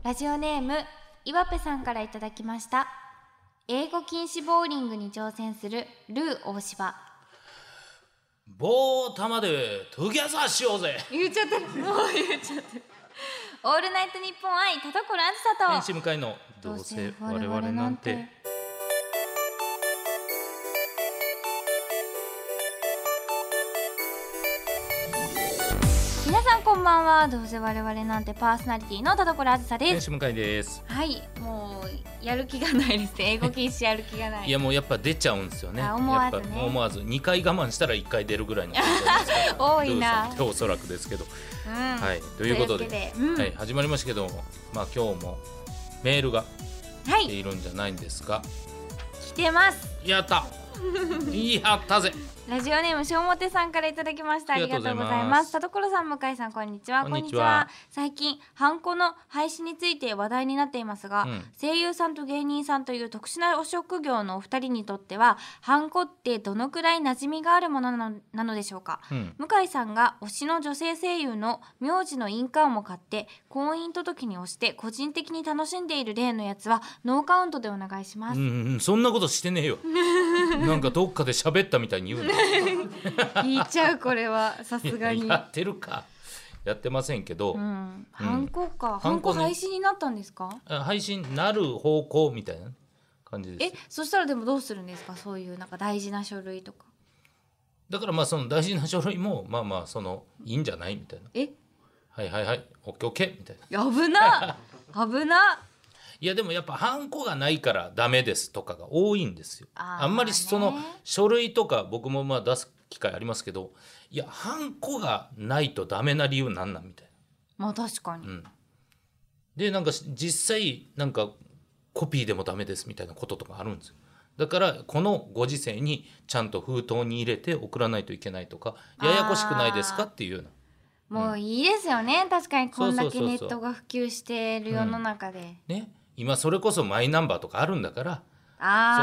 ラジオネーム岩ペさんからいただきました。英語禁止ボーリングに挑戦するルー大柴。 棒玉でトゥギャザーしようぜ。 言っちゃってる、もう言っちゃってる。オールナイトニッポン愛田所あずさと天使向かいのどうせ我々なんて。 皆さんこんばんは。どうせ我々なんてパーソナリティの田所あずさです。 天使向かいです。 はい、もうやる気がないですね。英語禁止やる気がない。 いやもうやっぱ出ちゃうんですよね。 思わずね、 やっぱ思わず2回我慢したら1回出るぐらいの感じなんです多いな。 おそらくですけど、はい、ということで、はい、始まりましたけども、今日もメールが来ているんじゃないんですか。 来てます。 やったやったぜ。 ラジオネームしょうもてさんからいただきました。ありがとうございます。田所さん、向井さん、こんにちは。 こんにちは。 最近ハンコの廃止について話題になっていますが、声優さんと芸人さんという特殊なお職業のお二人にとってはハンコってどのくらい馴染みがあるものなのでしょうか。向井さんが推しの女性声優の名字の印鑑を買って婚姻届に押して個人的に楽しんでいる例のやつはノーカウントでお願いします。 そんなことしてねえよ。なんかどっかで喋ったみたいに言うの。 言っちゃう。これはさすがにやってるか。やってませんけど、 ハンコか、ハンコ廃止になったんですか。 廃止になる方向みたいな感じです。 そしたらでもどうするんですか。そういうなんか大事な書類とか。 だからまあその大事な書類もまあまあそのいいんじゃないみたいな。はいはいはい、オッケーオッケーみたいな。 危な危な。 いやでもやっぱハンコがないからダメですとかが多いんですよ。あんまりその書類とか僕もまあ出す機会ありますけど、いやハンコがないとダメな理由なんなんみたいな。 まあ確かに、 でなんか実際なんかコピーでもダメですみたいなこととかあるんですよ。だからこのご時世にちゃんと封筒に入れて送らないといけないとか、ややこしくないですかっていうような。もういいですよね。確かにこんだけネットが普及している世の中で、 ね、今それこそマイナンバーとかあるんだから、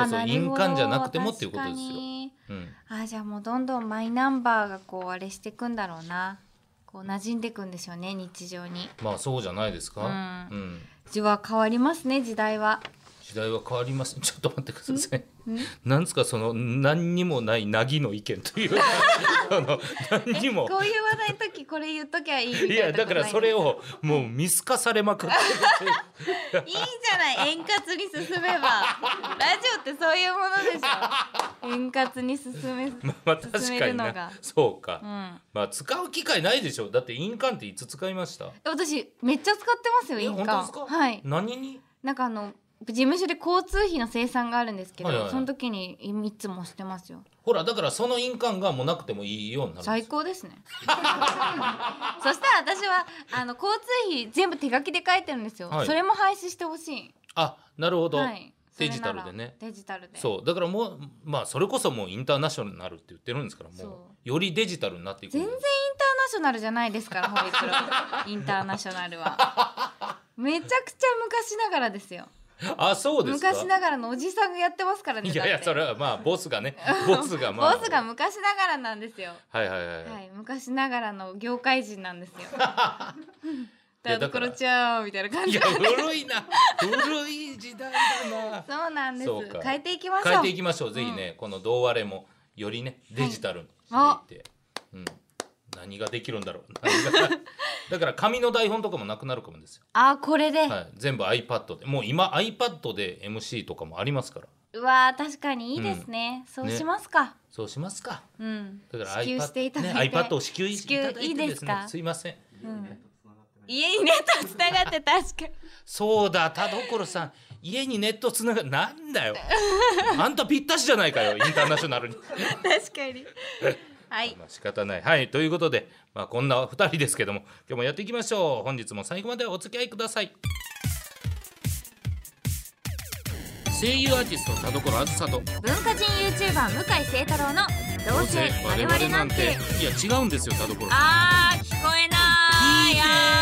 印鑑じゃなくてもっていうことですよ。じゃあもうどんどんマイナンバーがこうあれしていくんだろうな。こう馴染んでいくんですよね、日常に。まあそうじゃないですか。 字は変わりますね。時代は変わります。ちょっと待ってください。なんですかその何にもないなぎの意見という何にもこういう話題の時これ言っときゃいいみたいな。 いやだからそれをもう見透かされまくってるいいじゃない、円滑に進めば。ラジオってそういうものでしょ。円滑に進めるのが。 そうか、まあ使う機会ないでしょ。だって印鑑っていつ使いました？ 私めっちゃ使ってますよ、印鑑。 本当ですか？はい。何に？ なんか事務所で交通費の精算があるんですけど、その時にいつもしてますよ。 ほらだからその印鑑がもうなくてもいいようになるんですよ。 最高ですね。そしたら私は交通費全部手書きで書いてるんですよ、それも廃止してほしい。 なるほど、デジタルでね。 デジタルで。 そうだからもうまあそれこそもうインターナショナルって言ってるんですから、もうよりデジタルになっていく。 全然インターナショナルじゃないですから、ホリプロインターナショナルはめちゃくちゃ昔ながらですよ。 そうですか。 昔ながらのおじさんがやってますからね。 いやそれはまあボスがねボスが昔ながらなんですよ。昔ながらの業界人なんですよ。田所ちゃんみたいな感じ。 いや古いな、古い時代だな。 そうなんです。変えていきましょう。 ぜひね、この同割れもよりねデジタルにしていって、何ができるんだろう。だから紙の台本とかもなくなるかもですよ。 これで、 全部 iPad で。もう今 iPad で MC とかもありますから。 うわー確かにいいですね。そうしますか。 そうしますか。 だから支給していただいて、 iPad を支給いただいてですね。すいません。 家にネットつながって、確かにそうだ、田所さん家にネットつながる。なんだよあんたぴったしじゃないかよ、インターナショナルに。 確かにはい、 仕方ない。はい、ということで、こんな2人ですけども、今日もやっていきましょう。本日も最後までお付き合いください。声優アーティスト田所あずさと文化人 YouTuber 向井聖太郎のどうせ我々なんて。 いや違うんですよ、田所。 聞こえない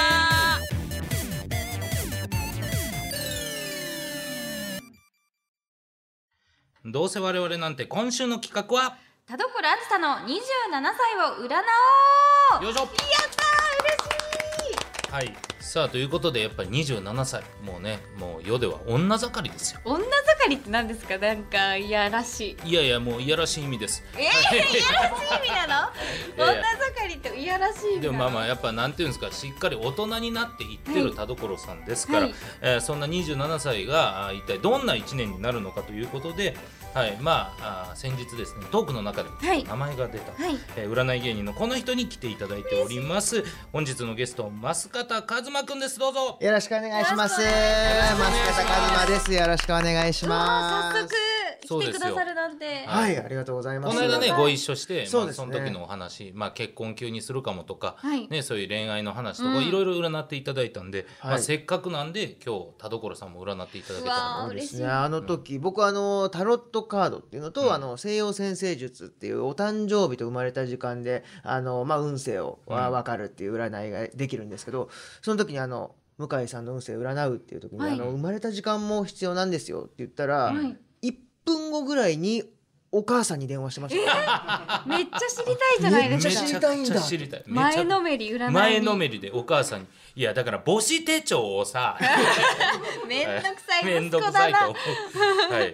どうせ我々なんて。今週の企画は田所あずさの27歳を占おう。 よいしょ。やったー、嬉しい。 はい、 さあということでやっぱり27歳もうねもう世では女盛りですよ。 女盛りって何ですか？なんかいやらしい。 いやいやもういやらしい意味です。 いやらしい意味なの？女盛りっていやらしい意味なの？ でもまあやっぱなんていうんですか、しっかり大人になっていってる田所さんですから、はいそんな27歳が一体どんな1年になるのかということで、はい先日ですねトークの中で名前が出た、占い芸人のこの人に来ていただいております。本日のゲスト増形一馬くんです。どうぞよろしくお願いします。増形一馬です。よろしくお願いします。 早速来てくださるなんて。 はい、ありがとうございます。 この間ねご一緒して、その時のお話、結婚急にするかもとか、ね、そういう恋愛の話とかいろいろ占っていただいたんで、せっかくなんで今日田所さんも占っていただけたらと。嬉しい。あの時僕タロットカードっていうのと、西洋占星術っていうお誕生日と生まれた時間で運勢を分かるっていう占いができるんですけど、その時に向井さんの運勢を占うっていう時に、生まれた時間も必要なんですよって言ったら、1分後ぐらいにお母さんに電話してました。 めっちゃ知りたいじゃないですか。 めっちゃ知りたいんだ。 前のめり占い。 前のめりでお母さんに、いやだから母子手帳をさめんどくさい息子だな。 はい。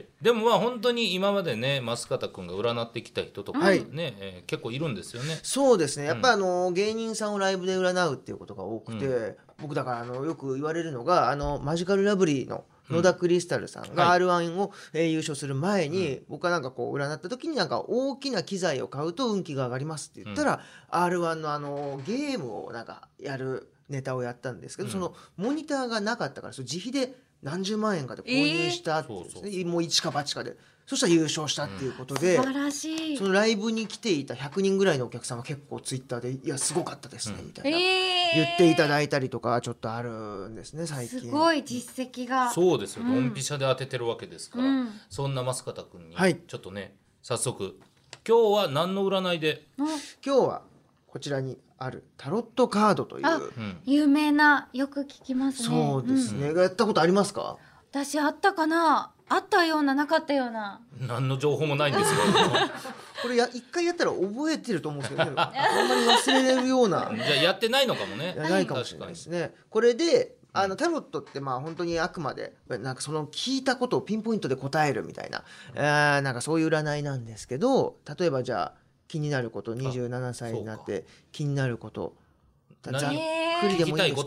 でも本当に今までね増形くんが占ってきた人とかね、結構いるんですよね。 そうですね。やっぱ芸人さんをライブで占うっていうことが多くて、僕だからよく言われるのがマジカルラブリーの野田クリスタルさんが R1 を優勝する前に、僕はなんかこう占った時になんか大きな機材を買うと運気が上がりますって言ったら、R1 のゲームをなんかやるネタをやったんですけど、そのモニターがなかったから自費で何十万円かで購入したっていうんですね。もう一か八かで。そしたら優勝したっていうことで、 素晴らしい。 そのライブに来ていた100人ぐらいのお客さんは結構ツイッターでいやすごかったですねみたいな言っていただいたりとかちょっとあるんですね最近。 すごい実績が。 そうですよ。ドンピシャで当ててるわけですから、そんな増形くんにちょっとね、早速今日は何の占いで？ 今日はこちらにあるタロットカードという有名な、よく聞きますね。 そうですね。やったことありますか？ 私あったかな。あったようななかったような。 何の情報もないんですよこれ一回やったら覚えてると思うんですけどね。あんまり忘れるような。 じゃあやってないのかもね。 ないかもしれないですね。これでタロットって本当にあくまでなんかその聞いたことをピンポイントで答えるみたいな、なんかそういう占いなんですけど、例えばじゃあ気になること、27歳になって気になること、 ざっくりでもいいです。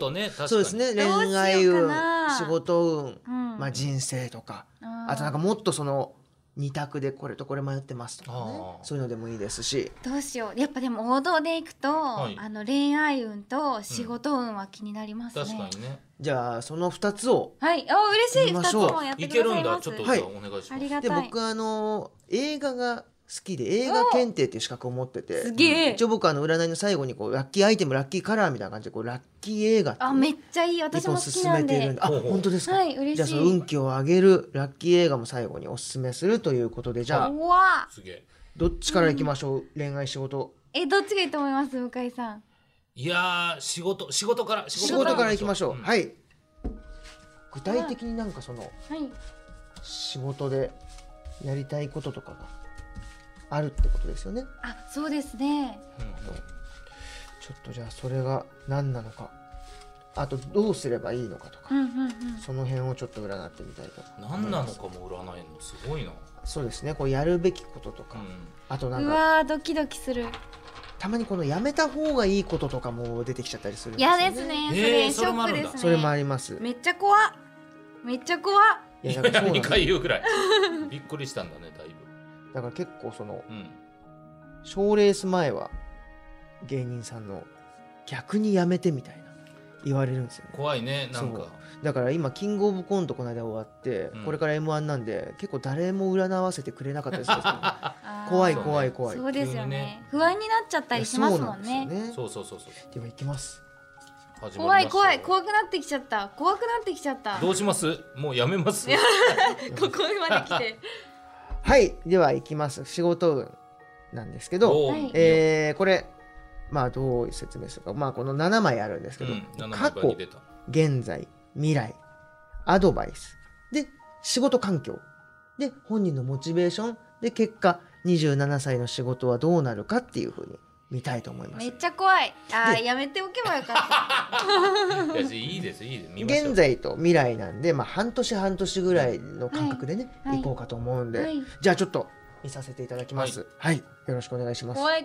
そうですね。恋愛運、仕事運、人生とか、あとなんかもっとその2択でこれとこれ迷ってますとかね、そういうのでもいいですし。 どうしよう。やっぱでも王道でいくと、恋愛運と仕事運は気になりますね。 確かにね。 じゃあその2つを嬉しい。2つもやってくださいます。 いけるんだ。ちょっとお願いします。 ありがたい。 で僕映画が好きで映画検定っていう資格を持ってて、 すげえ。 一応僕占いの最後にラッキーアイテム、ラッキーカラーみたいな感じでラッキー映画ってめっちゃいい。私も好きなんで。 本当ですか？ はい、嬉しい。 じゃあその運気を上げるラッキー映画も最後におすすめするということで、じゃあどっちからいきましょう？恋愛仕事。 どっちがいいと思います向井さん？ いや仕事からいきましょう。はい。具体的になんかその仕事でやりたいこととかがあるってことですよね。 そうですね。 ちょっとじゃあそれが何なのか、あとどうすればいいのかとか、その辺をちょっと占ってみたいと。 何なのかも占えるのすごいな。 そうですね。こうやるべきこととか、あとなんかうわドキドキする。 たまにこのやめた方がいいこととかも出てきちゃったりするんですよね。 嫌ですね。それショックですね。 それもあります。 めっちゃ怖っ。 いや2回言うくらいびっくりしたんだねだいぶ。 だから結構その賞レース前は芸人さんの逆にやめてみたいな言われるんですよね。 怖いね。なんかだから今キングオブコントこの間終わって、これから M1 なんで結構誰も占わせてくれなかったですよ怖い。 そうですよね。不安になっちゃったりしますもんね。 そうでは行きます。 怖くなってきちゃった。 どうします？もうやめます？ ここまで来てはい、では行きます。仕事運なんですけど、これどう説明するか、この7枚あるんですけど、過去、現在、未来、アドバイスで仕事環境で本人のモチベーションで結果27歳の仕事はどうなるかっていう風に見たいと思います。 めっちゃ怖い。やめておけばよかった。いいです見ましょう。 現在と未来なんで、半年ぐらいの感覚でね、行こうかと思うんで、じゃあちょっと見させていただきます。はい、よろしくお願いします。 怖い。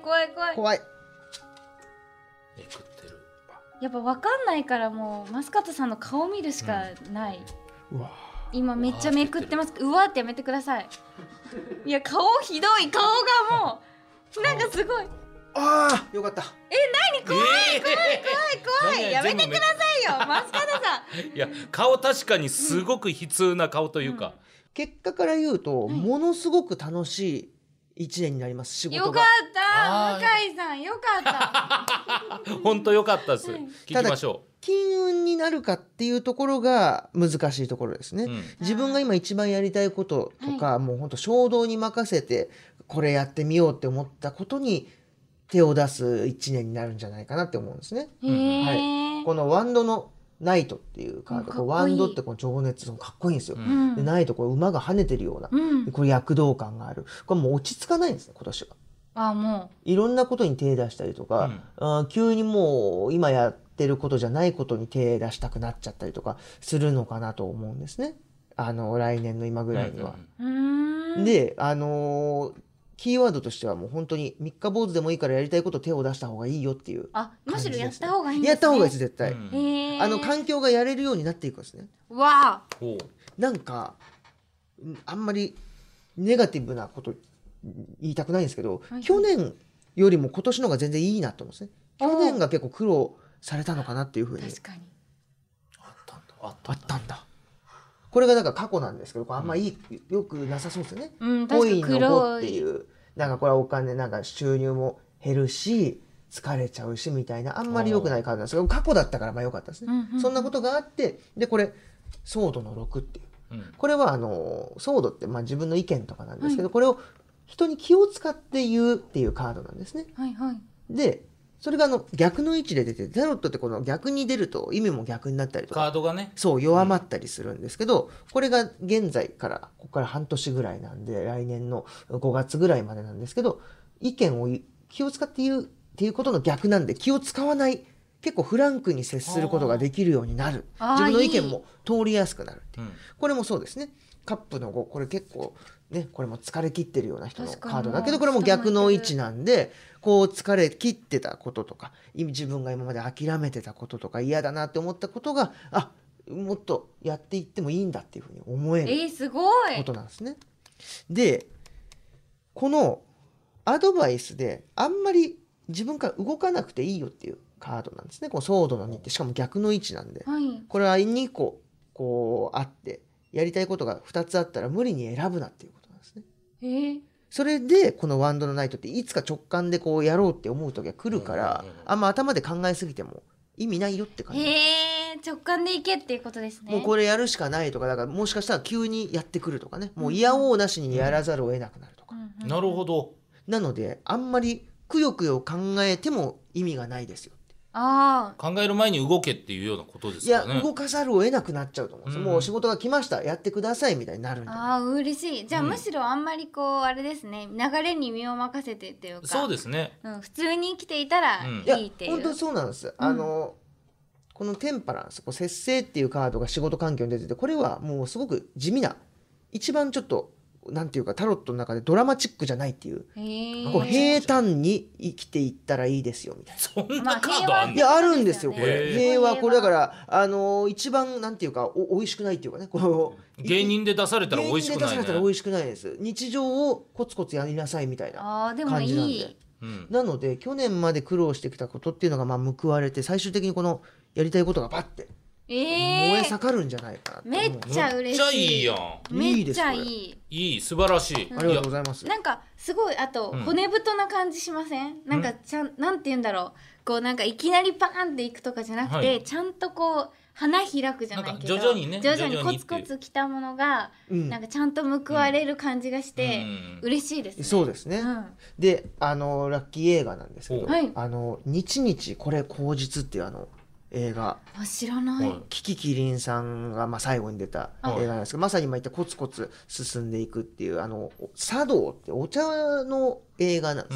めくってる。 やっぱ分かんないからもうマスカットさんの顔見るしかない。 うわ今めっちゃめくってます。うわってやめてください。いや顔ひどい、顔がもうなんかすごい。 よかった。 何怖いやめてくださいよマスカットさん。いや顔確かにすごく悲痛な顔というか、 結果から言うと、ものすごく楽しい1年になります。仕事がよかった向井さん、よかった本当よかったです。聞きましょう。 金運になるかっていうところが難しいところですね。自分が今一番やりたいこととか、もう本当衝動に任せてこれやってみようって思ったことに手を出す1年になるんじゃないかなって思うんですね。このワンドのナイトっていうカード、ワンドってこの情熱かっこいいんですよ。でナイトこれ馬が跳ねてるような、これ躍動感がある。これもう落ち着かないんですね今年は。 もういろんなことに手出したりとか、急にもう今やってることじゃないことに手出したくなっちゃったりとかするのかなと思うんですね。来年の今ぐらいには。でキーワードとしてはもう本当に三日坊主でもいいからやりたいこと手を出した方がいいよっていう感じです、ね。 むしろやった方がいいんですね。 やった方がいいです絶対。環境がやれるようになっていくんですね。なんかあんまりネガティブなこと言いたくないんですけど、去年よりも今年の方が全然いいなと思うんですね。去年が結構苦労されたのかなっていうふうに。 確かにあったんだ。これがなんか過去なんですけど、あんまよくなさそうですよね。コインの5っていうなんかこれはお金なんか収入も減るし疲れちゃうしみたいなあんまり良くないカードなんですけど、過去だったから良かったですね。そんなことがあって、でこれソードの6っていう、これはソードって自分の意見とかなんですけど、これを人に気を使って言うっていうカードなんですね。でそれが逆の位置で出て、タロットってこの逆に出ると意味も逆になったりとか、 カードがね弱まったりするんですけど、これが現在からここから半年ぐらいなんで来年の5月ぐらいまでなんですけど、意見を気を使って言うっていうことの逆なんで、気を使わない、結構フランクに接することができるようになる、自分の意見も通りやすくなるっていう、これもそうですね。カップの5、これ結構ね、これも疲れ切ってるような人のカードだけど、これも逆の位置なんで、こう疲れ切ってたこととか、自分が今まで諦めてたこととか嫌だなって思ったことが、もっとやっていってもいいんだっていうふうに思えることなんですね。でこのアドバイスであんまり自分から動かなくていいよっていうカードなんですね。このソードの2ってしかも逆の位置なんで、これは2個こうあってやりたいことが2つあったら無理に選ぶなっていうことなんですね。それでこのワンドのナイトっていつか直感でこうやろうって思う時が来るから、あんま頭で考えすぎても意味ないよって感じ。 直感でいけっていうことですね。 もうこれやるしかないとか、だからもしかしたら急にやってくるとかね、もう嫌おうなしにやらざるを得なくなるとか、 なるほど。 なのであんまりくよくよ考えても意味がないですよ。 考える前に動けっていうようなことですかね。 いや動かざるを得なくなっちゃうと思うんですよ。もう仕事が来ましたやってくださいみたいになるんで。 嬉しい。じゃあむしろあんまりこうあれですね、流れに身を任せてっていうか、 そうですね、 普通に生きていたらいいっていう。 本当そうなんです。このテンパランス、節制っていうカードが仕事環境に出てて、これはもうすごく地味な、一番ちょっとなんていうかタロットの中でドラマチックじゃないっていう、こう平坦に生きていったらいいですよみたいな。 そんなカードあんの？ いやあるんですよこれ。平和、これだから一番なんていうか美味しくないっていうかね、この芸人で出されたら美味しくないね。芸人で出されたら美味しくないです。日常をコツコツやりなさいみたいな感じなんで。なので去年まで苦労してきたことっていうのが報われて、最終的にこのやりたいことがバッて燃え盛るんじゃないかな。 めっちゃ嬉しい。 めっちゃいいやん。 めっちゃいい。 いい、素晴らしい。 ありがとうございます。 なんかすごい、あと骨太な感じしません？なんかなんて言うんだろう、こうなんかいきなりパーンっていくとかじゃなくて、ちゃんとこう花開くじゃないけど、 徐々にね、 徐々にコツコツきたものがなんかちゃんと報われる感じがして嬉しいですね。 そうですね。でラッキー映画なんですけど、日々これ口実っていう映画、 知らない。 キキキリンさんが最後に出た映画なんですけど、まさに今言ったコツコツ進んでいくっていう茶道ってお茶の映画なんですね。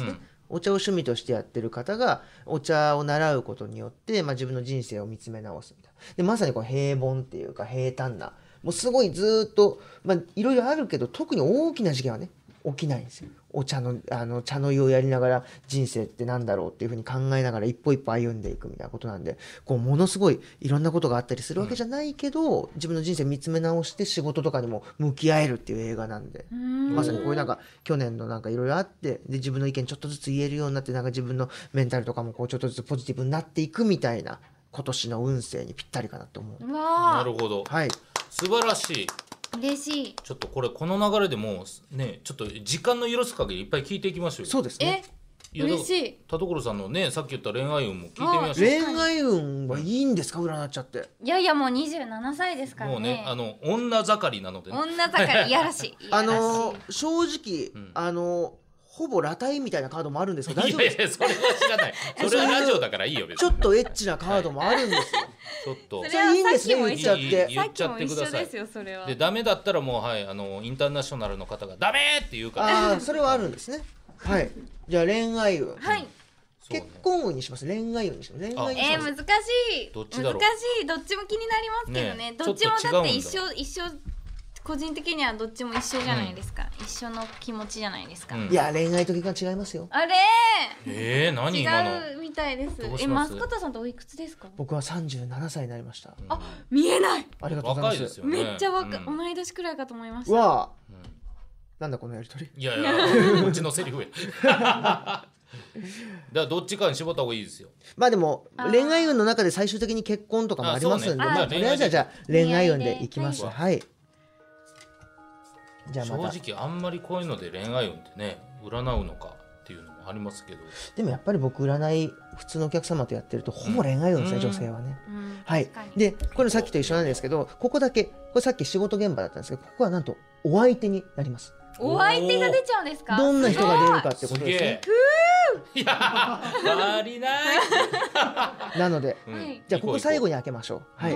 お茶を趣味としてやってる方がお茶を習うことによって、自分の人生を見つめ直すみたいな。でまさにこう平凡っていうか平坦な、もうすごいずっといろいろあるけど特に大きな事件はね起きないんですよ。お茶の茶の湯をやりながら人生ってなんだろうっていうふうに考えながら一歩一歩歩んでいくみたいなことなんで、こうものすごいいろんなことがあったりするわけじゃないけど、自分の人生見つめ直して仕事とかにも向き合えるっていう映画なんで、まさにこういうなんか去年のなんかいろいろあって、で自分の意見ちょっとずつ言えるようになって、なんか自分のメンタルとかもこうちょっとずつポジティブになっていくみたいな、今年の運勢にぴったりかなと思う。 なるほど、 はい、 素晴らしい。 嬉しい。 ちょっとこれこの流れでもうね、ちょっと時間の許す限りいっぱい聞いていきましょうよ。 そうですね。 嬉しい。 田所さんのね、さっき言った恋愛運も聞いてみましょう。 恋愛運はいいんですか、占っちゃって。 いやいや、もう27歳ですからね。 もうね、女盛りなので、ね、 女盛りいやらしい。 正直、ほぼ裸体みたいなカードもあるんですけど大丈夫ですか？ いやいや、それは知らない。それはラジオだからいいよ別に。 ちょっとエッチなカードもあるんですよ。 ちょっとそれはさっきも言っちゃって、 言っちゃってください。でダメだったらもう、はい、インターナショナルの方がダメって言うから。 ああ、それはあるんですね。はい。じゃあ恋愛運。 はい。 結婚運にします。恋愛運にします。恋愛運。 難しい。 どっちだろう。 難しい。どっちも気になりますけどね。どっちもだって一緒。個人的にはどっちも一緒じゃないですか、一緒の気持ちじゃないですか、 いや恋愛と結婚は違いますよ。 あれ何今の違うみたいです。増形さんとおいくつですか？ 僕は37歳になりました。 あ、見えない。 ありがとうございます。 若いですよね。 めっちゃ同い年くらいかと思いました。 わあ、なんだこのやりとり。 いやいや、こっちのセリフや。だからどっちかに絞った方がいいですよ。 でも恋愛運の中で最終的に結婚とかもありますんで、とりあえずはじゃあ恋愛運でいきます。はい。じゃあまた正直あんまりこういうので恋愛運ってね占うのかっていうのもありますけど、 でもやっぱり僕占い普通のお客様とやってるとほぼ恋愛運ですね、女性はね。はい。でこれさっきと一緒なんですけど、ここだけこれさっき仕事現場だったんですけど、ここはなんとお相手になります。 お相手が出ちゃうんですか？ どんな人が出るかってことですね。 いや足りないなので、じゃあここ最後に開けましょう。はい。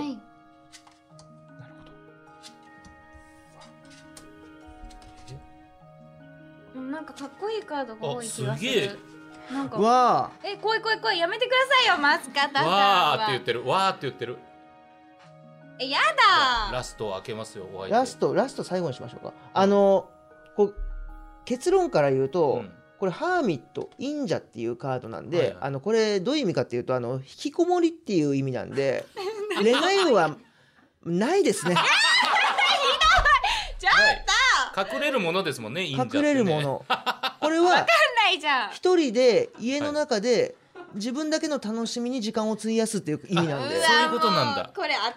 なんかかっこいいカードが多い気がする。なんかわー、怖いやめてくださいよ、増形さんは。 わーって言ってる、わーって言ってる。 やだ。 ラストを開けますよ。 ラスト最後にしましょうか。こう結論から言うと、これハーミット忍者っていうカードなんで、これどういう意味かっていうと引きこもりっていう意味なんで恋愛運はないですね。 ちょっと隠れるものですもんね。 隠れるもの。これは分かんないじゃん。 一人で家の中で自分だけの楽しみに時間を費やすっていう意味なんで。 そういうことなんだ。 これ当た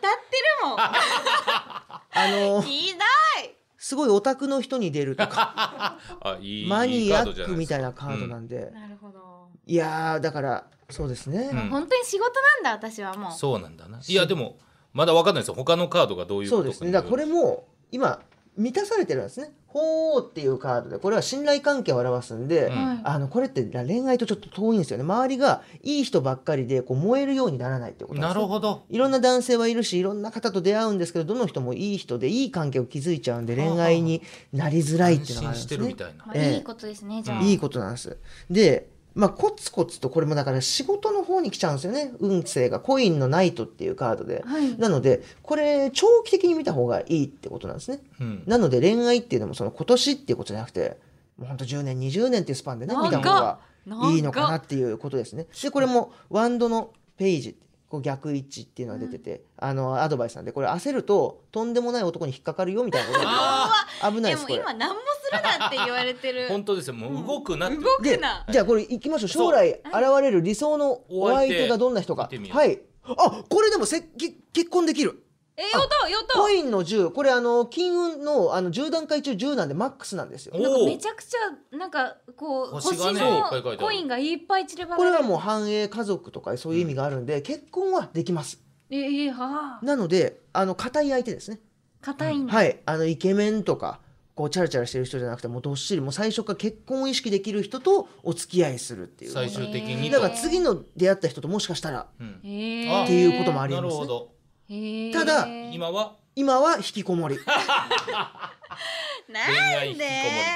ってるもん。ひどい。 すごいオタクの人に出るとかマニアックみたいなカードなんで。 なるほど。 いやだからそうですね。 本当に仕事なんだ私はもう。 そうなんだな。いやでもまだ分かんないですよ。他のカードがどういうことか。 そうですね。だからこれも今満たされてるんですね。ほーっていうカードで、これは信頼関係を表すんで、これって恋愛とちょっと遠いんですよね。周りがいい人ばっかりでこう燃えるようにならないってことなんです、ね。 なるほど。 いろんな男性はいるし、いろんな方と出会うんですけど、どの人もいい人でいい関係を築いちゃうんで恋愛になりづらいっていうのがあるんですね。 いいことですね。じゃあいいことなんです。で。コツコツとこれもだから仕事の方に来ちゃうんですよね。運勢がコインのナイトっていうカードで、なのでこれ長期的に見た方がいいってことなんですね。なので恋愛っていうのもその今年っていうことじゃなくて、もうほんと10年20年っていうスパンでね見た方がいいのかなっていうことですね。でこれもワンドのページこう逆位置っていうのが出てて、アドバイスなんで、これ焦るととんでもない男に引っかかるよみたいなことが危ないです。これ今何もするなって言われてる。 本当ですよ。もう動くなって。 動くな。 じゃあこれいきましょう。将来現れる理想のお相手がどんな人か。はい。これでも結婚できる。 やったコインの10、これ金運の10段階中10なんでマックスなんですよ。 なんかめちゃくちゃなんかこう星のコインがいっぱい散ればこれはもう繁栄家族とかそういう意味があるんで、結婚はできます。なので固い相手ですね。 固いんだ。 はい。イケメンとかこうチャラチャラしてる人じゃなくて、もうどっしりもう最初から結婚を意識できる人とお付き合いするっていう。 最終的にだから次の出会った人ともしかしたらっていうこともありますね。 なるほど。 ただ今は引きこもり。 恋愛引きこもりです。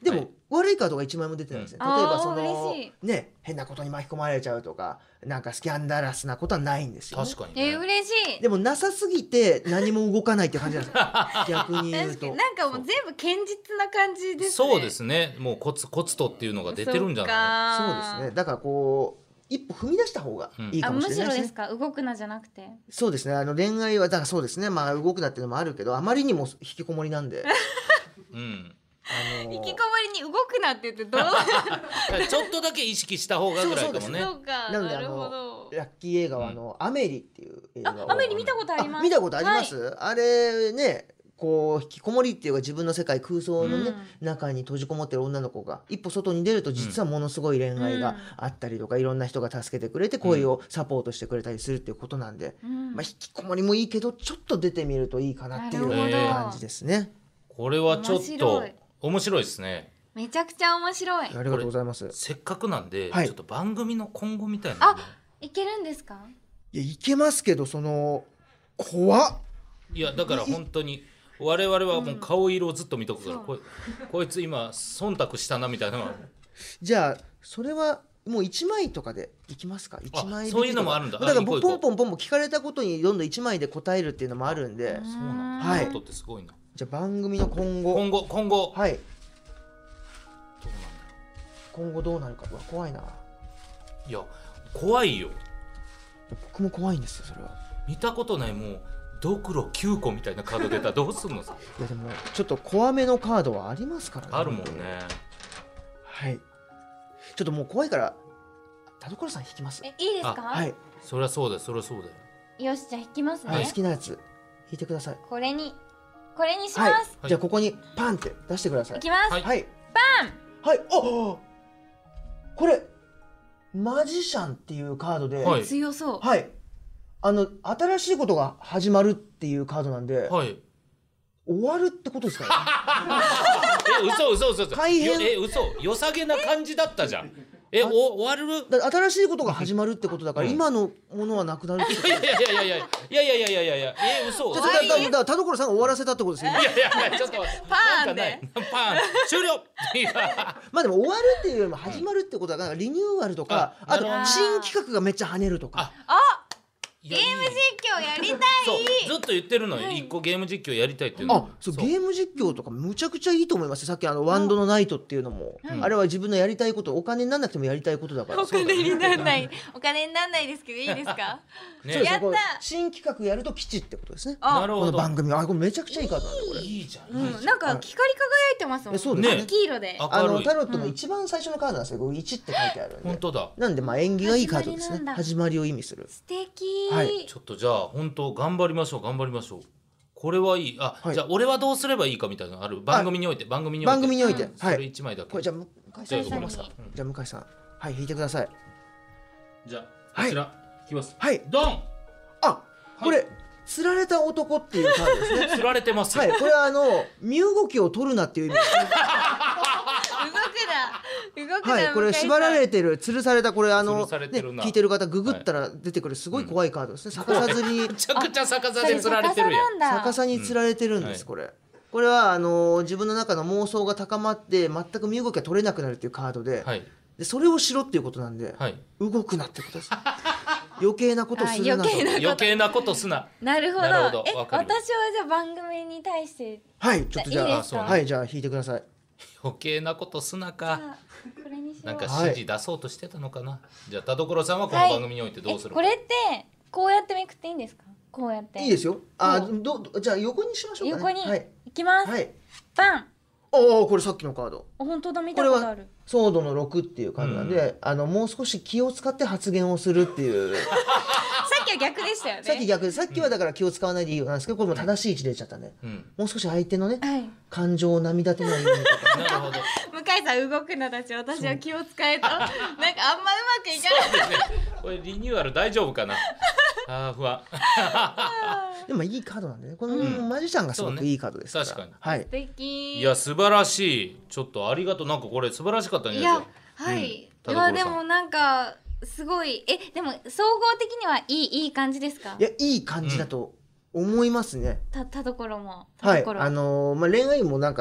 でも悪いカードが1枚も出てないんですね。例えばその嬉しいね変なことに巻き込まれちゃうとかなんかスキャンダラスなことはないんですよね。 確かにね。 嬉しい。 でもなさすぎて何も動かないって感じなんですよ逆に言うと。 なんかもう全部堅実な感じですね。 そうですね。もうコツコツとっていうのが出てるんじゃなそうですね。だからこう一歩踏み出した方がいいかもしれないですね。 むしろですか、動くなじゃなくて。 そうですね。恋愛はだからそうですね。まあ動くなっていうのもあるけどあまりにも引きこもりなんでうん。 引きこもりに動くなって言ってどうちょっとだけ意識した方がぐらいかもね。 そうか。 なのでなるほど。 ラッキー映画はアメリっていう映画をアメリ見たことあります。 見たことあります、 はい、 あれねこう引きこもりっていうか自分の世界空想のね、中に閉じこもってる女の子が一歩外に出ると実はものすごい恋愛があったりとか、いろんな人が助けてくれて恋をサポートしてくれたりするっていうことなんで、まあ、引きこもりもいいけどちょっと出てみるといいかなっていう感じですね。 これはちょっと面白いですね。 めちゃくちゃ面白い。 ありがとうございます。 せっかくなんで、 はい、 ちょっと番組の今後みたいな、ね、 いけるんですか？ いけますけど怖っ。 いやだから本当に我々はもう顔色をずっと見とくから、こいつ今忖度したなみたいなのはじゃあそれはもう1枚とかでいきますか。1枚そういうのもあるんだ。 だからポンポンポンポン聞かれたことにどんどん1枚で答えるっていうのもあるんで。 そうなんだ。 はい。 ってすごいな。 じゃあ番組の今後はい。 どうなんだ今後どうなるか。怖いな。 いや怖いよ。 僕も怖いんですよそれは。 見たことないもうドクロ9個みたいなカード出たらどうすんの？いやでもちょっと怖めのカードはありますからね。 あるもんね。 はい。ちょっともう怖いから田所さん引きます。 いいですか？ はい。 そりゃそうだよそりゃそうだよ。 よしじゃあ引きますね。 はい、好きなやつ引いてください。 これにします。 はい、じゃあここにパンって出してください。 いきます。 はい。 パン。 はい。これマジシャンっていうカードで、 はい、 強そう。 はい。新しいことが始まるっていうカードなんで、 はい、 終わるってことですかね。 嘘大変嘘良さげな感じだったじゃん。終わる？ 新しいことが始まるってことだから、今のものはなくなるってこと。 いや嘘。 田所さんが終わらせたってことですよ。 いやちょっとパーンでパン終了。 まあでも終わるっていうよりも始まるってことはなんかリニューアルとか、あと新企画がめっちゃ跳ねるとか。 ゲーム実況やりたい。 そうずっと言ってるのよ。一個ゲーム実況やりたいっていうの。 そうゲーム実況とかむちゃくちゃいいと思います。さっきワンドのナイトっていうのも、あれは自分のやりたいこと、お金にならなくてもやりたいことだから。 お金にならないですけどいいですか？やった。 新企画やると吉ってことですね。 なるほど。 この番組これめちゃくちゃいいカードなんでこれ。 いいじゃん。 なんか光り輝いてますもん。 そうですね。 黄色で。 タロットの一番最初のカードなんですよ。1って書いてあるんで。 本当だ。 なんで縁起がいいカードですね。始まりを意味する。 素敵。 はい。 ちょっとじゃあ本当頑張りましょう。これはいい。じゃあ俺はどうすればいいかみたいなのある。番組において。 番組において。 それ1枚だけ。 これじゃあ向井さん。じゃあ向井さん。はい引いてください。 じゃあこちら引きます。 はい。 ドン。 これ釣られた男っていうカードですね。 釣られてます。 はい。これは身動きを取るなっていう意味ですね。 動くな。 はい、これ縛られてる、吊るされた、これ聞いてる方ググったら出てくるすごい怖いカードですね。逆さずに、 めちゃくちゃ逆さで釣られてるやん。 逆さに釣られてるんです。これは自分の中の妄想が高まって全く身動きが取れなくなるっていうカードで、それをしろっていうことなんで、動くなってことです。余計なことするな。 余計なことすな。 なるほど。私はじゃあ番組に対してちょっとじゃあじゃあ引いてください。 余計なことすなか。なんか指示出そうとしてたのかな。じゃあ田所さんはこの番組においてどうするか。 これってこうやってめくっていいんですか？こうやっていいですよ。じゃあ横にしましょうかね。 横にいきます。バン。 これさっきのカード。 本当だ、見たことある。 ソードの6っていうカードなんで、もう少し気を使って発言をするっていう。 さっきは逆でしたよね。 さっきはだから気を使わないでいいよなんですけど、これも正しい位置出ちゃったね。もう少し相手のね、感情を波立てないようにとか。 なるほど。 向井さん動くなだし、私は気を使えとなんかあんまうまくいかない。 これリニューアル大丈夫かな。不安。 でもいいカードなんでね。このマジシャンがすごくいいカードですから。 確かに。 はい。 素敵。 いや素晴らしい。ちょっとありがとう。なんかこれ素晴らしかったんじゃないですか。 はい。でもなんかすごいでも総合的にはいい感じですか？ いやいい感じだと思いますね。 田所も。 はい。恋愛もなんか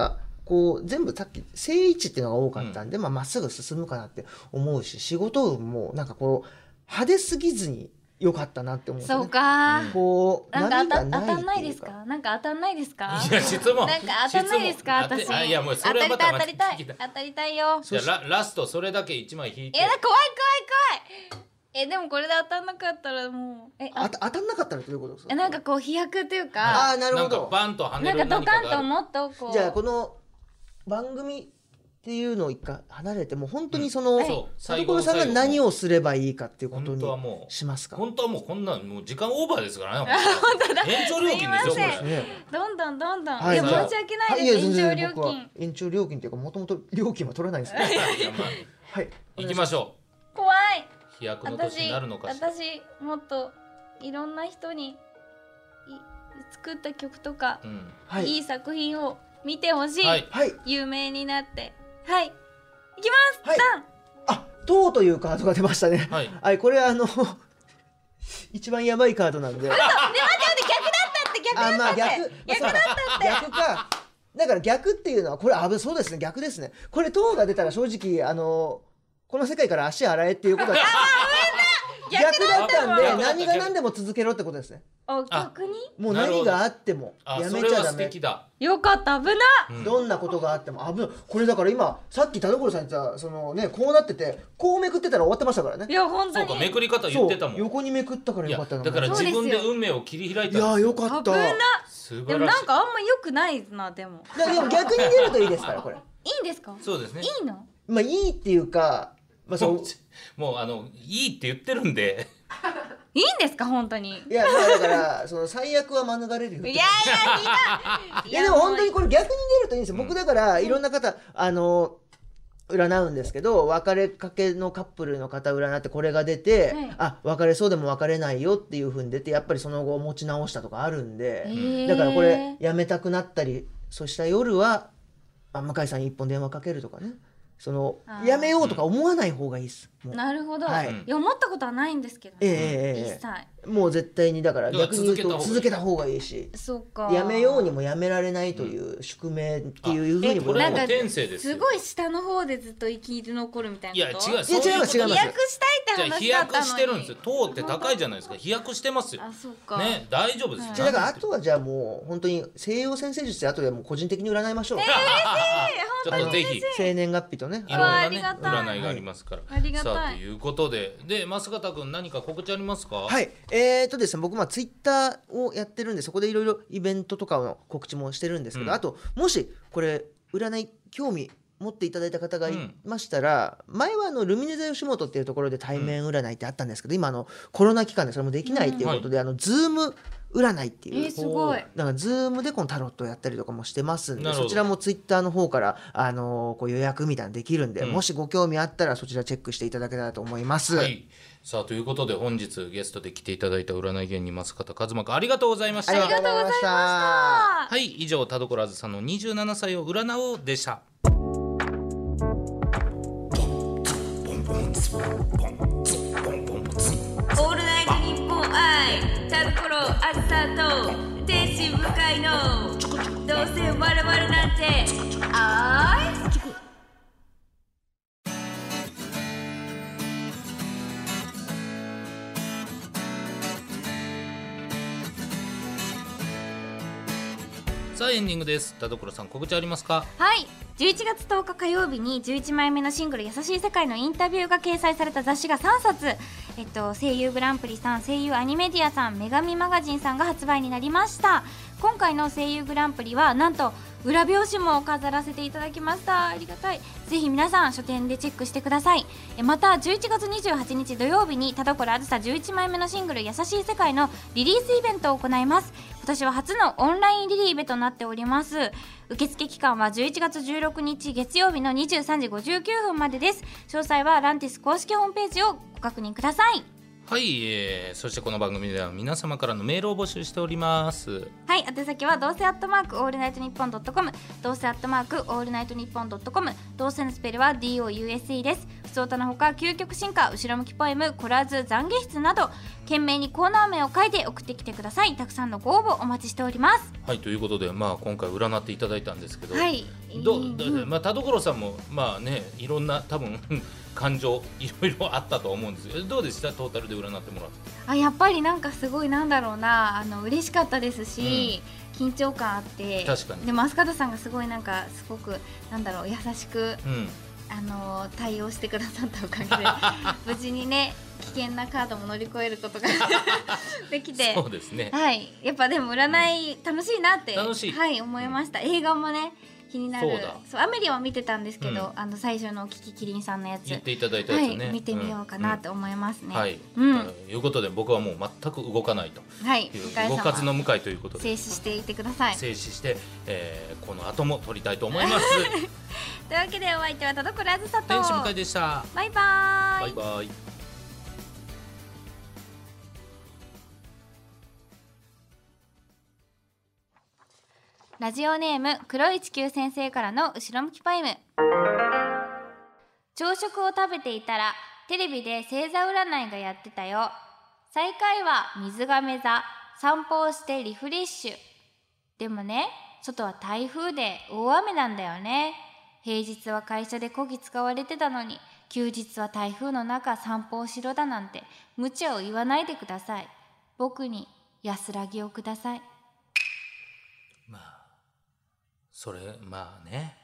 こう全部さっき正位置っていうのが多かったんで、まっすぐ進むかなって思うし、仕事運もなんかこう派手すぎずに良かったなって思うんですよね。 そうか、 こうなんか波が当たんないってうですか？なんか当たんないですか？ いや質問なんか当たんないですか？私いやもうそれはまた当たりたい当たりたいよ。 じゃあラストそれだけ1枚引いて。 怖いでもこれで当たんなかったらもう当たんなかったらどういうことですか？ なんかこう飛躍というか、 ああなるほど。 なんかバンと跳ねなんかドる何かがある。 カンともっとこう、 じゃあこの番組っていうのを一回離れて、もう本当にそのそう所さんが何をすればいいかっていうことに本当はもうしますか？ 本当はもうこんなんもう時間オーバーですからね。 本当だ。 延長料金ですよこすいませんれ。 どんどん、 はいいや申し訳ないです、延長料金。 延長料金っていうかもともと料金は取らないんですね。はい。 行きましょ怖い。 う。飛躍の年になるのかしら。 私もっといろんな人に作った曲とか、 はいいい作品を見てほしい、 はいはい。 有名になって、はい、いきます。 はいダン。 あ、塔というカードが出ましたね。 はいはい、これ一番やばいカードなんで。 逆だったってあ、まあ逆逆か。だから逆っていうのはこれそうですね、逆ですね。これ塔が出たら正直この世界から足洗えっていうことは逆だったんで、何が何でも続けろってことですね。 逆にもう何があってもやめちゃダメ。 よかった、危な。 どんなことがあっても危ない。これだから今さっき田所さん言ってたそのね、こうなっててこうめくってたら終わってましたからね。 いや本当にそうか、めくり方言ってたもん。 横にめくったからよかったな。 だから自分で運命を切り開いたんですよ。 いやよかった。 危な。 素で晴らしい。 もなんかあんま良くないな。でもでも逆に出るといいですからこれ。 いいんですか？ そうですね。 いいの？ まあいいっていうか、まあそうもういいって言ってるんで。 いいんですか本当に？ いやまあだからその最悪は免れるよ。 いやいやでも本当にこれ逆に出るといいんですよ。僕だからいろんな方占うんですけど、別れかけのカップルの方占ってこれが出て、あ、別れそうでも別れないよっていう風に出て、やっぱりその後持ち直したとかあるんで、だからこれやめたくなったり、そした夜は向井さんに一本電話かけるとかね、そのやめようとか思わない方がいいです。 なるほど、 はいいや思ったことはないんですけど、ね一切もう絶対にだから逆に言うと続続けた方がいいし、 そうか、 やめようにもやめられないという宿命っていうふうにもこれはもうなんか天性ですよ。 すごい下の方でずっと生き残るみたいなこと。 いや違う、そういうこと違います違います飛躍したいってじゃあ飛話だったのに。 躍してるんですよ。塔って高いじゃないですか。飛躍してますよ。 あ、そうか。 ね、大丈夫です。 だからあとはじゃあもう本当に西洋占星術であとでもう個人的に占いましょう。 ちょっとぜひ生年月日とね。 いろんなねありがたい占いがありますから。 ありがたいさあということで、増形君何か告知ありますか？ はい、ですね、僕ツイッターをやってるんで、そこでいろいろイベントとかの告知もしてるんですけど、あともしこれ占い興味持っていただいた方がいましたら、前はルミネ座吉本っていうところで対面占いってあったんですけど、今コロナ期間でそれもできないっていうことで、ズーム占いっていうすごい。 だからズームでこのタロットをやったりとかもしてますんで、 なるほどそちらもツイッターの方からこう予約みたいなのできるんで、もしご興味あったらそちらチェックしていただけたらと思います。 はい。さあということで本日ゲストで来ていただいた占い芸人増形一馬君ありがとうございました。 ありがとうございました。 はい以上田所あずさの27歳を占おうでした。 オールナイトニッポン愛田所あずさと天使向かいのどうせ我々なんてあいさあエンディングです。田所さん告知ありますか？ はい、11月10日火曜日に11枚目のシングル「優しい世界」のインタビューが掲載された雑誌が3冊、声優グランプリさん、声優アニメディアさん、女神マガジンさんが発売になりました。今回の声優グランプリはなんと裏表紙も飾らせていただきました。ありがたい。ぜひ皆さん書店でチェックしてください。また11月28日土曜日に田所あずさ11枚目のシングル「優しい世界」のリリースイベントを行います。今年は初のオンラインリリーベとなっております。受付期間は11月16日月曜日の23時59分までです。詳細はランティス公式ホームページをご確認ください。 はい、そしてこの番組では皆様からのメールを募集しております。 はい、宛先はどうせオールナイトニッポン.com、どうせオールナイトニッポン.com、どうせのスペルはDOUSE です。 ふつおたのほか究極進化、後ろ向きポエム、コラーズ、懺悔室など懸命にコーナー名を書いて送ってきてください。たくさんのご応募お待ちしております。 はい、ということで、今回占っていただいたんですけど、 はい、 田所さんもいろんな多分感情いろいろあったと思うんですけど、どうでした？トータルで占ってもらって。 やっぱりなんかすごい嬉しかったですし、緊張感あって、 確かに。 でも飛鳥さんがすごく優しく、対応してくださったおかげで無事にね危険なカードも乗り越えることができて、 そうですね、 はい、やっぱでも占い楽しいなって、 楽しい、 はい、思いました。映画もね気になる。アメリは見てたんですけど、最初のキキキリンさんのやつ言っていただいたやつね、 見てみようかなと思いますね。 ということで僕はもう全く動かないという、動かずの向かいということで静止していてください。 静止して、この後も撮りたいと思いますというわけでお相手は田所あずさと天使向井でした。 バイバイ。 バイバイ。 ラジオネーム黒い地球先生からの後ろ向きポエム。朝食を食べていたらテレビで星座占いがやってたよ。最下位は水亀座、散歩をしてリフレッシュ。でもね、外は台風で大雨なんだよね。平日は会社でこき使われてたのに、休日は台風の中散歩をしろだなんて無茶を言わないでください。僕に安らぎをください。 それね